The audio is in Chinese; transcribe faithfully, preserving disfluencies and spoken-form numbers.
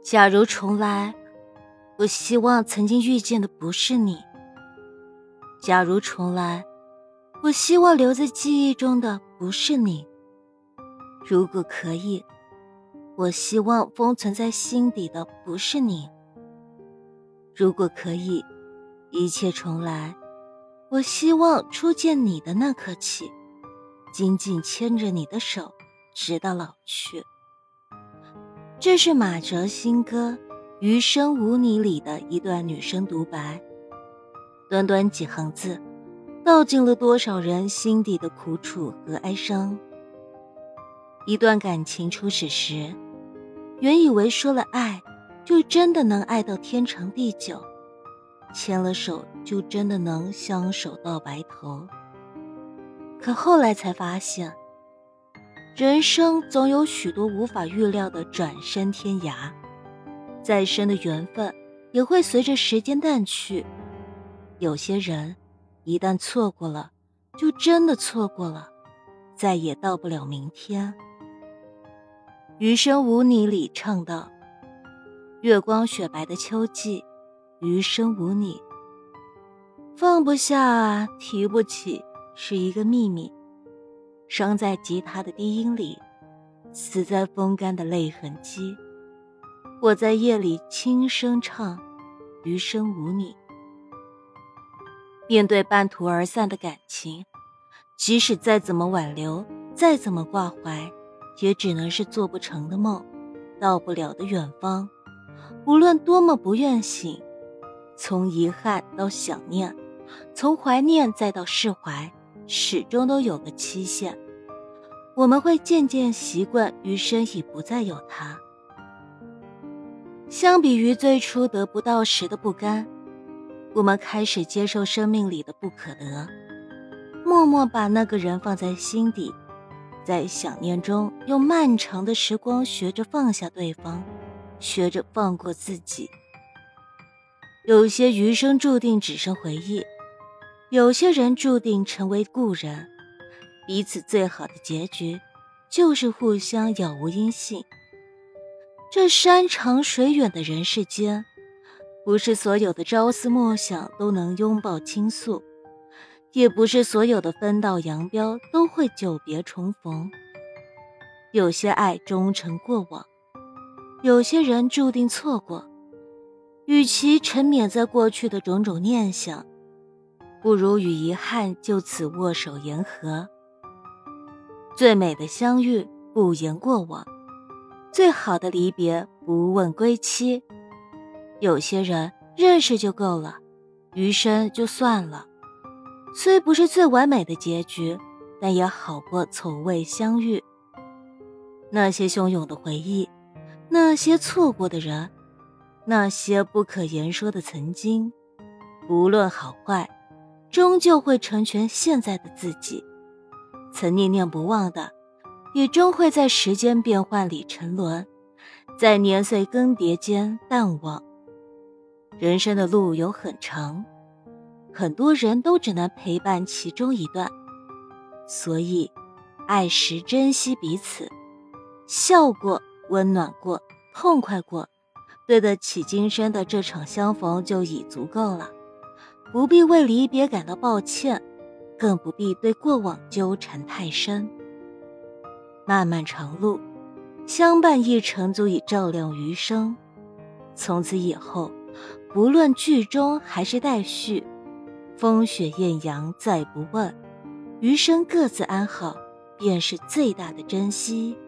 假如重来，我希望曾经遇见的不是你。假如重来，我希望留在记忆中的不是你。如果可以，我希望封存在心底的不是你。如果可以，一切重来，我希望初见你的那刻起，紧紧牵着你的手，直到老去。这是马哲新歌《余生无你》里的一段女生独白，短短几行字，道尽了多少人心底的苦楚和哀伤。一段感情初始时，原以为说了爱，就真的能爱到天长地久，牵了手就真的能相守到白头。可后来才发现，人生总有许多无法预料的转身天涯，再深的缘分也会随着时间淡去。有些人一旦错过了，就真的错过了，再也到不了明天。余生无你里唱道，月光雪白的秋季，余生无你。放不下，提不起，是一个秘密，伤在吉他的低音里，死在风干的泪痕迹。我在夜里轻声唱，余生无你。面对半途而散的感情，即使再怎么挽留，再怎么挂怀，也只能是做不成的梦，到不了的远方。无论多么不愿醒，从遗憾到想念，从怀念再到释怀，始终都有个期限。我们会渐渐习惯余生已不再有他。相比于最初得不到时的不甘，我们开始接受生命里的不可得，默默把那个人放在心底，在想念中用漫长的时光学着放下对方，学着放过自己。有些余生注定只剩回忆，有些人注定成为故人，彼此最好的结局就是互相杳无音信。这山长水远的人世间，不是所有的朝思暮想都能拥抱倾诉，也不是所有的分道扬镳都会久别重逢。有些爱终成过往，有些人注定错过。与其沉湎在过去的种种念想，不如与遗憾就此握手言和。最美的相遇不言过往，最好的离别不问归期。有些人认识就够了，余生就算了。虽不是最完美的结局，但也好过从未相遇。那些汹涌的回忆，那些错过的人，那些不可言说的曾经，无论好坏，终究会成全现在的自己。曾念念不忘的，也终会在时间变幻里沉沦，在年岁更迭间淡忘。人生的路有很长，很多人都只能陪伴其中一段，所以爱时珍惜彼此，笑过，温暖过，痛快过，对得起今生的这场相逢就已足够了。不必为离别感到抱歉，更不必对过往纠缠太深。漫漫长路，相伴一程足以照亮余生。从此以后，不论剧终还是待续，风雪艳阳再不问，余生各自安好，便是最大的珍惜。